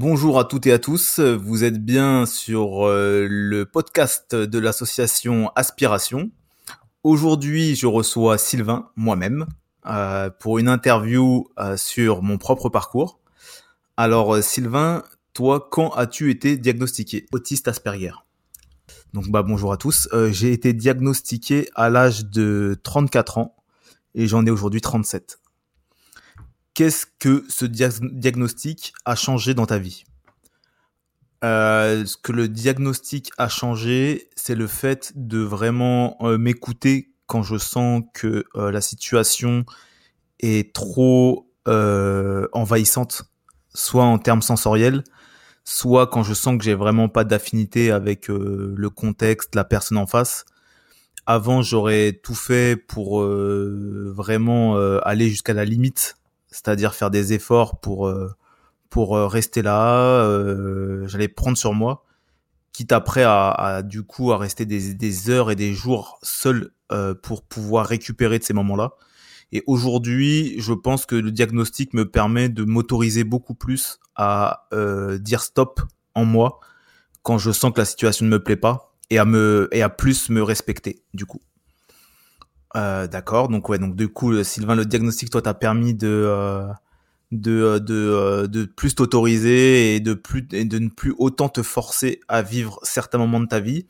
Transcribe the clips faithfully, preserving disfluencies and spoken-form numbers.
Bonjour à toutes et à tous, vous êtes bien sur euh, le podcast de l'association Aspiration. Aujourd'hui, je reçois Sylvain, moi-même, euh, pour une interview euh, sur mon propre parcours. Alors euh, Sylvain, toi, quand as-tu été diagnostiqué autiste Asperger? Donc bah bonjour à tous, euh, j'ai été diagnostiqué à l'âge de trente-quatre ans et j'en ai aujourd'hui trente-sept. Qu'est-ce que ce dia- diagnostic a changé dans ta vie? Euh, ce que le diagnostic a changé, c'est le fait de vraiment euh, m'écouter quand je sens que euh, la situation est trop euh, envahissante, soit en termes sensoriels, soit quand je sens que j'ai vraiment pas d'affinité avec euh, le contexte, la personne en face. Avant, j'aurais tout fait pour euh, vraiment euh, aller jusqu'à la limite, c'est-à-dire faire des efforts pour euh, pour euh, rester là. Euh, j'allais prendre sur moi, quitte après à, à du coup à rester des, des heures et des jours seul euh, pour pouvoir récupérer de ces moments-là. Et aujourd'hui, je pense que le diagnostic me permet de m'autoriser beaucoup plus à euh, dire stop en moi quand je sens que la situation ne me plaît pas et à me et à plus me respecter du coup. Euh, d'accord, donc ouais, donc du coup, Sylvain, le diagnostic, toi, t'a permis de euh, de de euh, de plus t'autoriser et de plus et de ne plus autant te forcer à vivre certains moments de ta vie.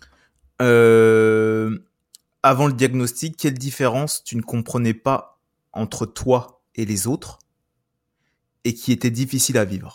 Euh, Avant le diagnostic, quelle différence tu ne comprenais pas entre toi et les autres et qui était difficile à vivre?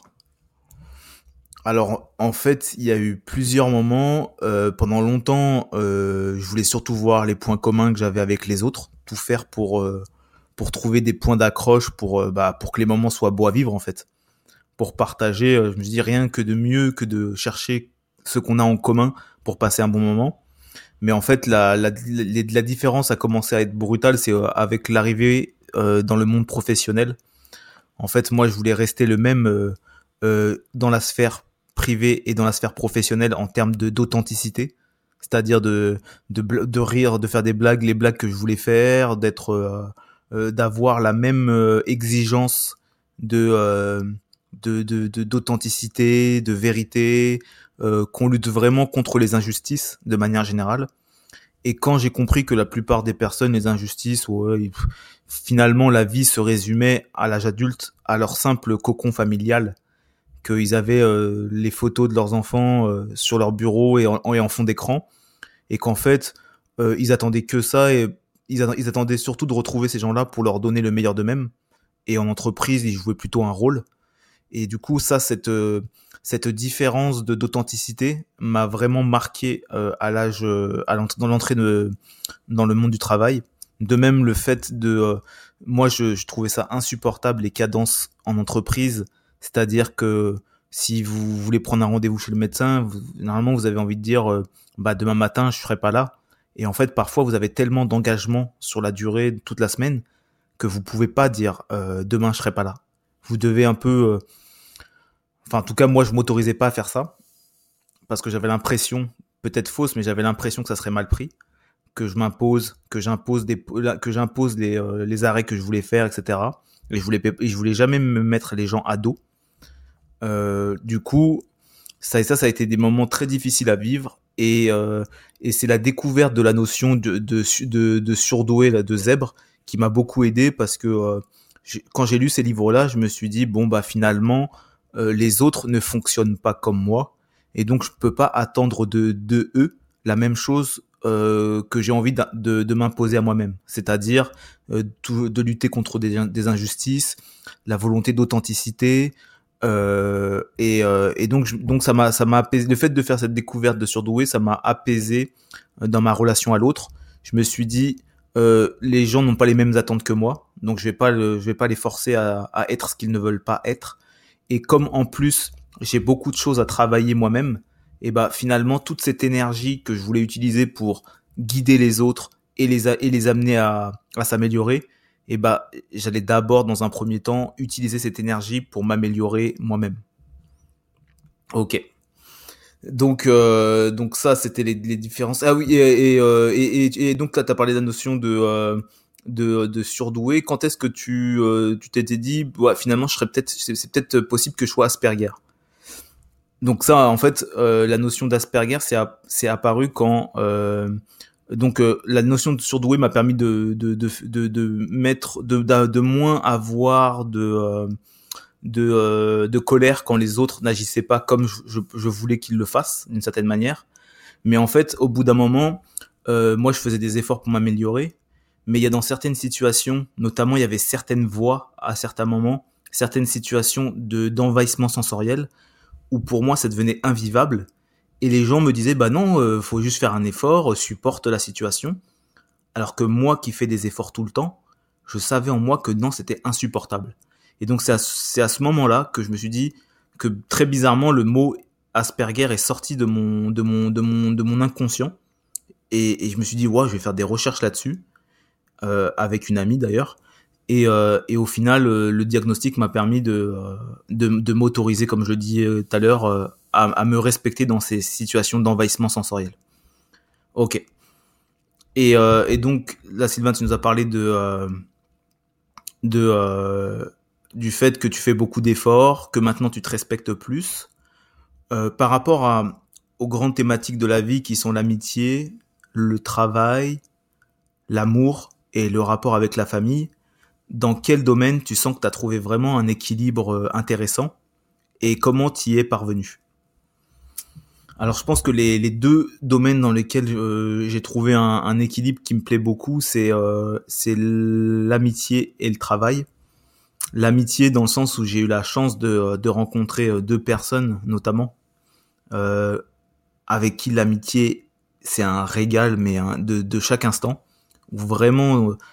Alors en fait, il y a eu plusieurs moments. Euh, pendant longtemps, euh, je voulais surtout voir les points communs que j'avais avec les autres, tout faire pour euh, pour trouver des points d'accroche pour euh, bah pour que les moments soient beaux à vivre en fait. Pour partager, euh, je me dis rien que de mieux que de chercher ce qu'on a en commun pour passer un bon moment. Mais en fait, la, la, la, la différence a commencé à être brutale, c'est euh, avec l'arrivée euh, dans le monde professionnel. En fait, moi, je voulais rester le même euh, euh, dans la sphère privée et dans la sphère professionnelle en termes de d'authenticité, c'est-à-dire de, de de rire, de faire des blagues, les blagues que je voulais faire, d'être euh, euh, d'avoir la même euh, exigence de euh, de de de- d'authenticité, de vérité, euh, qu'on lutte vraiment contre les injustices de manière générale. Et quand j'ai compris que la plupart des personnes, les injustices, ouais, pff, finalement la vie se résumait à l'âge adulte, à leur simple cocon familial, qu'ils avaient euh, les photos de leurs enfants euh, sur leur bureau et en, et en fond d'écran, et qu'en fait euh, ils attendaient que ça, et ils, a- ils attendaient surtout de retrouver ces gens-là pour leur donner le meilleur d'eux-mêmes. Et en entreprise, ils jouaient plutôt un rôle. Et du coup, ça, cette euh, cette différence de d'authenticité m'a vraiment marqué euh, à l'âge, euh, à l'entrée, dans l'entrée de, dans le monde du travail. De même, le fait de, euh, moi, je, je trouvais ça insupportable les cadences en entreprise, c'est-à-dire que si vous voulez prendre un rendez-vous chez le médecin, vous, normalement, vous avez envie de dire, euh, bah demain matin, je serai pas là. Et en fait, parfois, vous avez tellement d'engagement sur la durée, toute la semaine, que vous pouvez pas dire euh, demain, je serai pas là. Vous devez un peu euh, Enfin, en tout cas, moi, je m'autorisais pas à faire ça parce que j'avais l'impression, peut-être fausse, mais j'avais l'impression que ça serait mal pris, que je m'impose, que j'impose des, que j'impose les, euh, les arrêts que je voulais faire, et cetera. Et je voulais, et je voulais jamais me mettre les gens à dos. Euh, du coup, ça et ça, ça a été des moments très difficiles à vivre. Et, euh, et c'est la découverte de la notion de, de, de, de surdoué, là, de zèbre, qui m'a beaucoup aidé parce que euh, j'ai- quand j'ai lu ces livres-là, je me suis dit bon bah finalement euh, les autres ne fonctionnent pas comme moi et donc je peux pas attendre de, de eux la même chose euh, que j'ai envie de, de, de m'imposer à moi-même, c'est-à-dire euh, tout- de lutter contre des, des injustices, la volonté d'authenticité, euh, et, euh, et donc, je- donc ça m'a, ça m'a apaisé. Le fait de faire cette découverte de surdoué, ça m'a apaisé euh, dans ma relation à l'autre. Je me suis dit, euh, les gens n'ont pas les mêmes attentes que moi, donc je vais pas, le, je vais pas les forcer à, à être ce qu'ils ne veulent pas être. Et comme en plus j'ai beaucoup de choses à travailler moi-même, et bah finalement toute cette énergie que je voulais utiliser pour guider les autres et les a- et les amener à, à s'améliorer, et bah j'allais d'abord dans un premier temps utiliser cette énergie pour m'améliorer moi-même. Ok. Donc euh, donc ça c'était les, les différences. Ah oui, et et, euh, et, et, et donc là t'as parlé de la notion de euh, de, de surdoué. Quand est-ce que tu euh, tu t'étais dit ouais, finalement je serais peut-être c'est, c'est peut-être possible que je sois Asperger? Donc ça, en fait, euh, la notion d'Asperger, c'est, a- c'est apparu quand euh, donc euh, la notion de surdoué m'a permis de de de de, de mettre de, de de moins avoir de euh, de euh, de colère quand les autres n'agissaient pas comme je, je, je voulais qu'ils le fassent d'une certaine manière. Mais en fait, au bout d'un moment, euh, moi, je faisais des efforts pour m'améliorer. Mais il y a dans certaines situations, notamment, il y avait certaines voix à certains moments, certaines situations de d'envahissement sensoriel où pour moi, ça devenait invivable. Et les gens me disaient, bah non, euh, faut juste faire un effort, euh, supporte la situation. Alors que moi, qui fais des efforts tout le temps, je savais en moi que non, c'était insupportable. Et donc c'est à, c'est à ce moment-là que je me suis dit que très bizarrement, le mot Asperger est sorti de mon de mon de mon de mon inconscient. Et, et je me suis dit, ouais, je vais faire des recherches là-dessus, euh, avec une amie d'ailleurs. Et, euh, et au final, euh, le diagnostic m'a permis de, euh, de, de m'autoriser, comme je le dis euh, tout à l'heure, euh, à, à me respecter dans ces situations d'envahissement sensoriel. Ok. Et, euh, et donc, là, Sylvain, tu nous as parlé de, euh, de, euh, du fait que tu fais beaucoup d'efforts, que maintenant tu te respectes plus. Euh, par rapport à, aux grandes thématiques de la vie qui sont l'amitié, le travail, l'amour et le rapport avec la famille, dans quel domaine tu sens que tu as trouvé vraiment un équilibre euh, intéressant et comment tu y es parvenu? Alors je pense que les, les deux domaines dans lesquels euh, j'ai trouvé un, un équilibre qui me plaît beaucoup, c'est euh, c'est l'amitié et le travail. L'amitié dans le sens où j'ai eu la chance de, de rencontrer euh, deux personnes notamment, euh, avec qui l'amitié c'est un régal mais un, de, de chaque instant, où vraiment euh,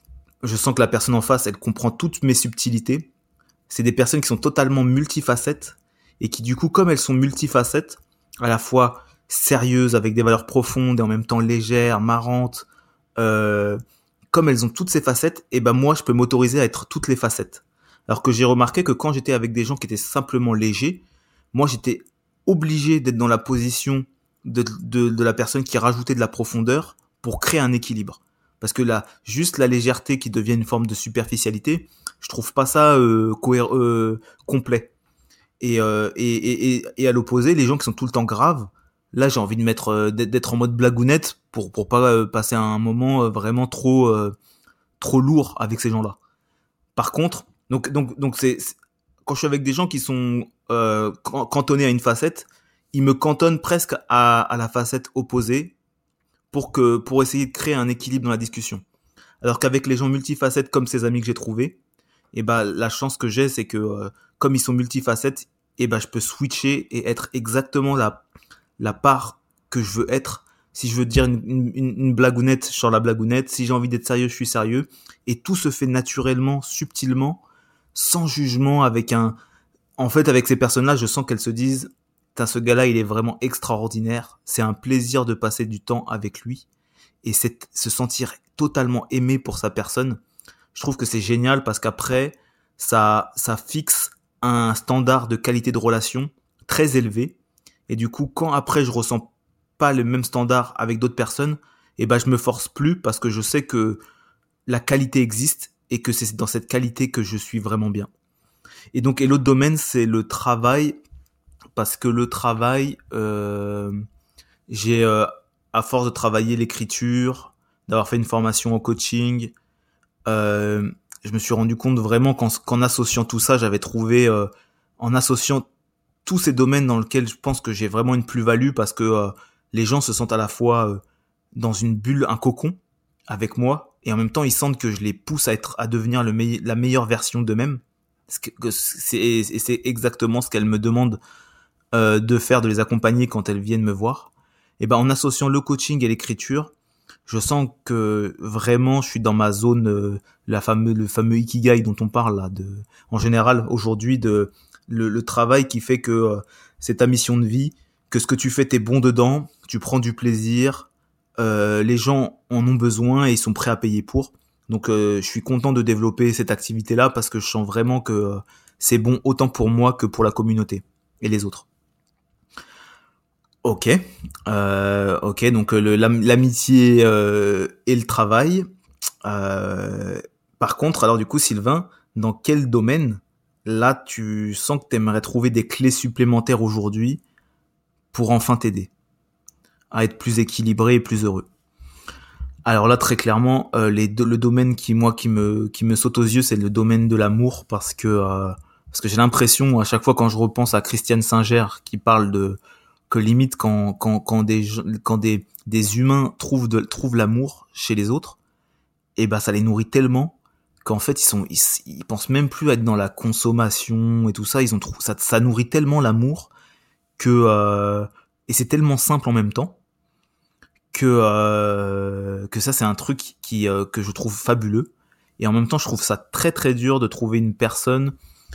je sens que la personne en face elle comprend toutes mes subtilités. C'est des personnes qui sont totalement multifacettes et qui du coup comme elles sont multifacettes, à la fois sérieuses avec des valeurs profondes et en même temps légères, marrantes, euh, comme elles ont toutes ces facettes, et ben moi je peux m'autoriser à être toutes les facettes. Alors que j'ai remarqué que quand j'étais avec des gens qui étaient simplement légers, moi j'étais obligé d'être dans la position de, de, de la personne qui rajoutait de la profondeur pour créer un équilibre. Parce que là, juste la légèreté qui devient une forme de superficialité, je trouve pas ça euh, cohé- euh, complet. Et, euh, et, et, et, et à l'opposé, les gens qui sont tout le temps graves, là j'ai envie de mettre euh, d'être d'être en mode blagounette pour pour pas euh, passer un moment euh, vraiment trop euh, trop lourd avec ces gens-là. Par contre, donc donc donc c'est c'est- quand je suis avec des gens qui sont euh, can- cantonnés à une facette, ils me cantonnent presque à, à la facette opposée pour que pour essayer de créer un équilibre dans la discussion. Alors qu'avec les gens multifacettes comme ces amis que j'ai trouvés, et ben la chance que j'ai c'est que euh, comme ils sont multifacettes, et ben je peux switcher et être exactement la la part que je veux être. Si je veux dire une, une, une blagounette, je sors la blagounette. Si j'ai envie d'être sérieux, je suis sérieux. Et tout se fait naturellement, subtilement, sans jugement, avec un... En fait, avec ces personnes-là, je sens qu'elles se disent, Tain, ce gars-là, il est vraiment extraordinaire. C'est un plaisir de passer du temps avec lui. Et c'est se sentir totalement aimé pour sa personne. Je trouve que c'est génial parce qu'après, ça, ça fixe un standard de qualité de relation très élevé. Et du coup, quand après je ressens pas le même standard avec d'autres personnes, et ben je me force plus parce que je sais que la qualité existe et que c'est dans cette qualité que je suis vraiment bien. Et donc, et l'autre domaine, c'est le travail, parce que le travail, euh, j'ai, euh, à force de travailler l'écriture, d'avoir fait une formation en coaching, euh, je me suis rendu compte vraiment qu'en, qu'en associant tout ça, j'avais trouvé, euh, en associant tous ces domaines dans lesquels je pense que j'ai vraiment une plus-value parce que euh, les gens se sentent à la fois euh, dans une bulle, un cocon avec moi et en même temps ils sentent que je les pousse à être, à devenir le meille- la meilleure version d'eux-mêmes. Ce que- que C'est, et c'est exactement ce qu'elles me demandent euh, de faire, de les accompagner quand elles viennent me voir. Et ben en associant le coaching et l'écriture, je sens que vraiment je suis dans ma zone, euh, la fameux, le fameux ikigai dont on parle là, de, en général aujourd'hui de le, le travail qui fait que euh, c'est ta mission de vie, que ce que tu fais t'es bon dedans, tu prends du plaisir, euh, les gens en ont besoin et ils sont prêts à payer pour. Donc euh, je suis content de développer cette activité là parce que je sens vraiment que euh, c'est bon autant pour moi que pour la communauté et les autres. Ok, euh, ok, donc euh, le, l'am- l'amitié euh, et le travail. Euh, par contre, alors du coup, Sylvain, dans quel domaine là, tu sens que t'aimerais trouver des clés supplémentaires aujourd'hui pour enfin t'aider à être plus équilibré et plus heureux. Alors là, très clairement, euh, les do- le domaine qui moi qui me qui me saute aux yeux, c'est le domaine de l'amour parce que euh, parce que j'ai l'impression à chaque fois quand je repense à Christiane Singer qui parle de que limite quand quand quand des gens- quand des des humains trouvent de trouvent l'amour chez les autres, et ben ça les nourrit tellement qu'en fait ils sont ils, s- ils pensent même plus à être dans la consommation et tout ça, ils ont trou- ça ça nourrit tellement l'amour que euh, et c'est tellement simple en même temps que euh, que ça c'est un truc qui euh, que je trouve fabuleux, et en même temps je trouve ça très très dur de trouver une personne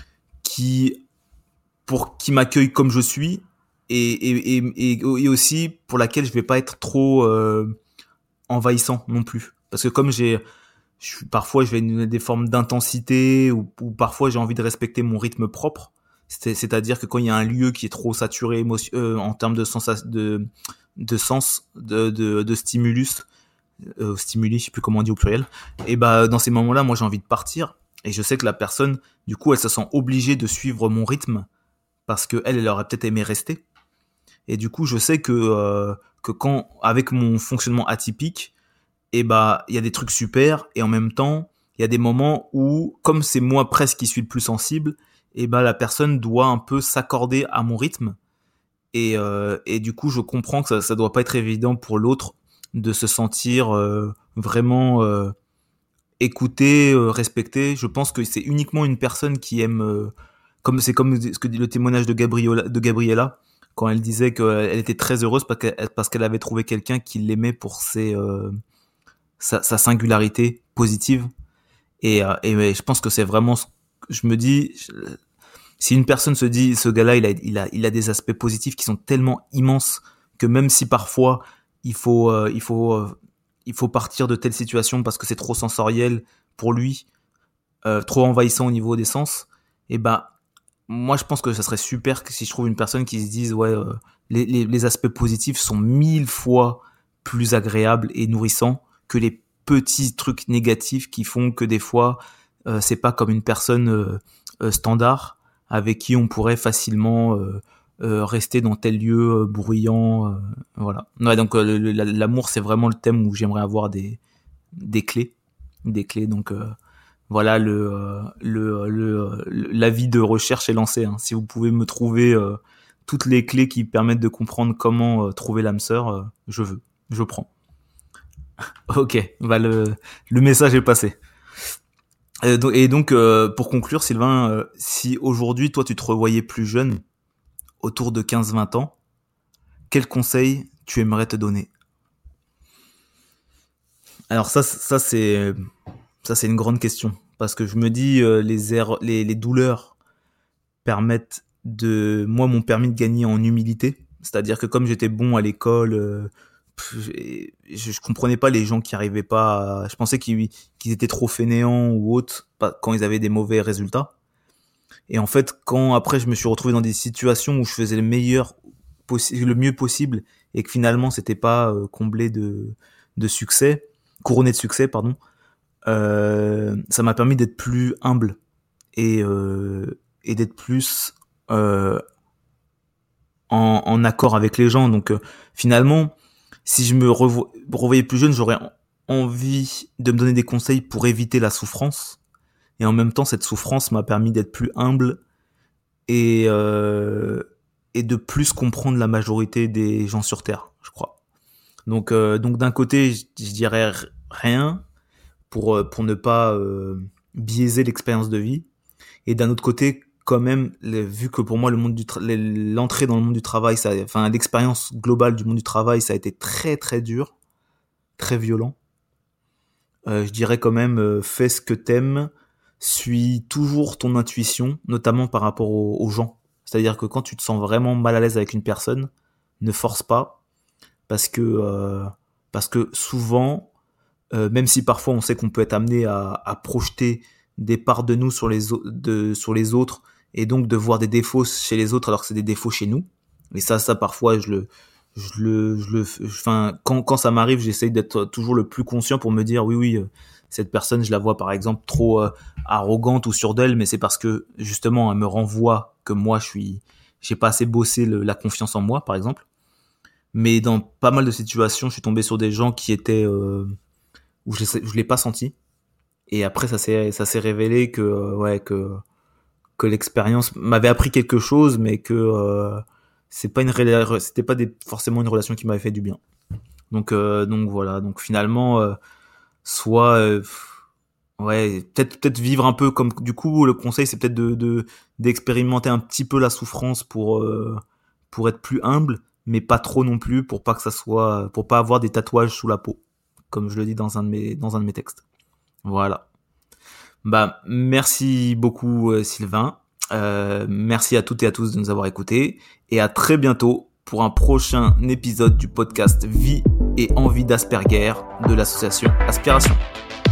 qui pour qui m'accueille comme je suis, et et et, et, et aussi pour laquelle je vais pas être trop euh, envahissant non plus, parce que comme j'ai je suis, parfois je vais donner des formes d'intensité, ou, ou parfois j'ai envie de respecter mon rythme propre. C'est- c'est-à-dire que quand il y a un lieu qui est trop saturé émotion, euh, en termes de sens de de sens de de, de stimulus euh, stimuli, je sais plus comment on dit au pluriel, et bah dans ces moments-là moi j'ai envie de partir, et je sais que la personne du coup elle se sent obligée de suivre mon rythme parce que elle elle aurait peut-être aimé rester, et du coup je sais que euh, que quand avec mon fonctionnement atypique, et bah il y a des trucs super, et en même temps il y a des moments où comme c'est moi presque qui suis le plus sensible, et bah la personne doit un peu s'accorder à mon rythme, et euh, et du coup je comprends que ça ça doit pas être évident pour l'autre de se sentir euh, vraiment euh, écouté, euh, respecté. Je pense que c'est uniquement une personne qui aime euh, comme c'est comme ce que dit le témoignage de Gabriela de Gabriella quand elle disait qu'elle était très heureuse parce qu'elle parce qu'elle avait trouvé quelqu'un qui l'aimait pour ses euh, sa, sa singularité positive, et, euh, et ouais, je pense que c'est vraiment ce- je me dis je- si une personne se dit ce gars-là il a il a il a des aspects positifs qui sont tellement immenses que même si parfois il faut euh, il faut euh, il faut partir de telle situation parce que c'est trop sensoriel pour lui, euh, trop envahissant au niveau des sens, et ben moi je pense que ça serait super que si je trouve une personne qui se dise ouais euh, les, les, les aspects positifs sont mille fois plus agréables et nourrissants que les petits trucs négatifs qui font que des fois euh, c'est pas comme une personne euh, euh, standard avec qui on pourrait facilement euh, euh, rester dans tel lieu euh, bruyant, euh, voilà. Ouais, donc euh, le- le- l'amour c'est vraiment le thème où j'aimerais avoir des des clés des clés donc euh, voilà le euh, le le le- l'avis de recherche est lancé, hein. Si vous pouvez me trouver euh, toutes les clés qui permettent de comprendre comment euh, trouver l'âme sœur, euh, je veux, je prends. Ok, bah le le message est passé. Et donc, et donc, euh, pour conclure, Sylvain, euh, si aujourd'hui toi tu te revoyais plus jeune, autour de quinze vingt ans, quel conseil tu aimerais te donner? Alors ça, ça c'est ça c'est une grande question, parce que je me dis euh, les erreurs, les, les douleurs permettent de moi m'ont permis de gagner en humilité, c'est-à-dire que comme j'étais bon à l'école, euh, pff, je, je comprenais pas les gens qui arrivaient pas à, je pensais qu'ils qu'ils étaient trop fainéants ou autres pas- quand ils avaient des mauvais résultats, et en fait quand après je me suis retrouvé dans des situations où je faisais le meilleur possi- le mieux possible, et que finalement c'était pas euh, comblé de de succès, couronné de succès pardon, euh, ça m'a permis d'être plus humble, et euh, et d'être plus euh, en, en accord avec les gens. Donc euh, finalement, si je me revo- revoyais plus jeune, j'aurais en- envie de me donner des conseils pour éviter la souffrance. Et en même temps, cette souffrance m'a permis d'être plus humble, et euh, et de plus comprendre la majorité des gens sur Terre, je crois. Donc euh, donc d'un côté, je, je dirais r- rien pour euh, pour ne pas euh, biaiser l'expérience de vie. Et d'un autre côté, quand même, le- vu que pour moi le monde du tra- les- l'entrée dans le monde du travail, ça, enfin l'expérience globale du monde du travail, ça a été très très dur, très violent. Euh, je dirais quand même, euh, fais ce que t'aimes, suis toujours ton intuition, notamment par rapport aux, aux gens. C'est-à-dire que quand tu te sens vraiment mal à l'aise avec une personne, ne force pas, parce que euh, parce que souvent, euh, même si parfois on sait qu'on peut être amené à, à projeter des parts de nous sur les, au- de, sur les autres, et donc de voir des défauts chez les autres alors que c'est des défauts chez nous. Et ça, ça parfois je le, je le, je le, enfin, quand, quand ça m'arrive, j'essaye d'être toujours le plus conscient pour me dire, oui, oui, euh, cette personne, je la vois par exemple trop euh, arrogante ou sûre d'elle, mais c'est parce que justement, elle me renvoie que moi, je suis, j'ai pas assez bossé le, la confiance en moi, par exemple. Mais dans pas mal de situations, je suis tombé sur des gens qui étaient euh, où je, je l'ai pas senti. Et après, ça s'est, ça s'est révélé que, euh, ouais, que que l'expérience m'avait appris quelque chose, mais que euh, c'est pas une rela- c'était pas des, forcément une relation qui m'avait fait du bien. Donc euh, donc voilà, donc finalement euh, soit euh, ouais, peut-être peut-être vivre un peu comme du coup le conseil c'est peut-être de de d'expérimenter un petit peu la souffrance pour euh, pour être plus humble, mais pas trop non plus pour pas que ça soit pour pas avoir des tatouages sous la peau, comme je le dis dans un de mes dans un de mes textes. Voilà. Bah, merci beaucoup euh, Sylvain. Euh, merci à toutes et à tous de nous avoir écoutés et à très bientôt pour un prochain épisode du podcast Vie et envie d'Asperger de l'association Aspiration.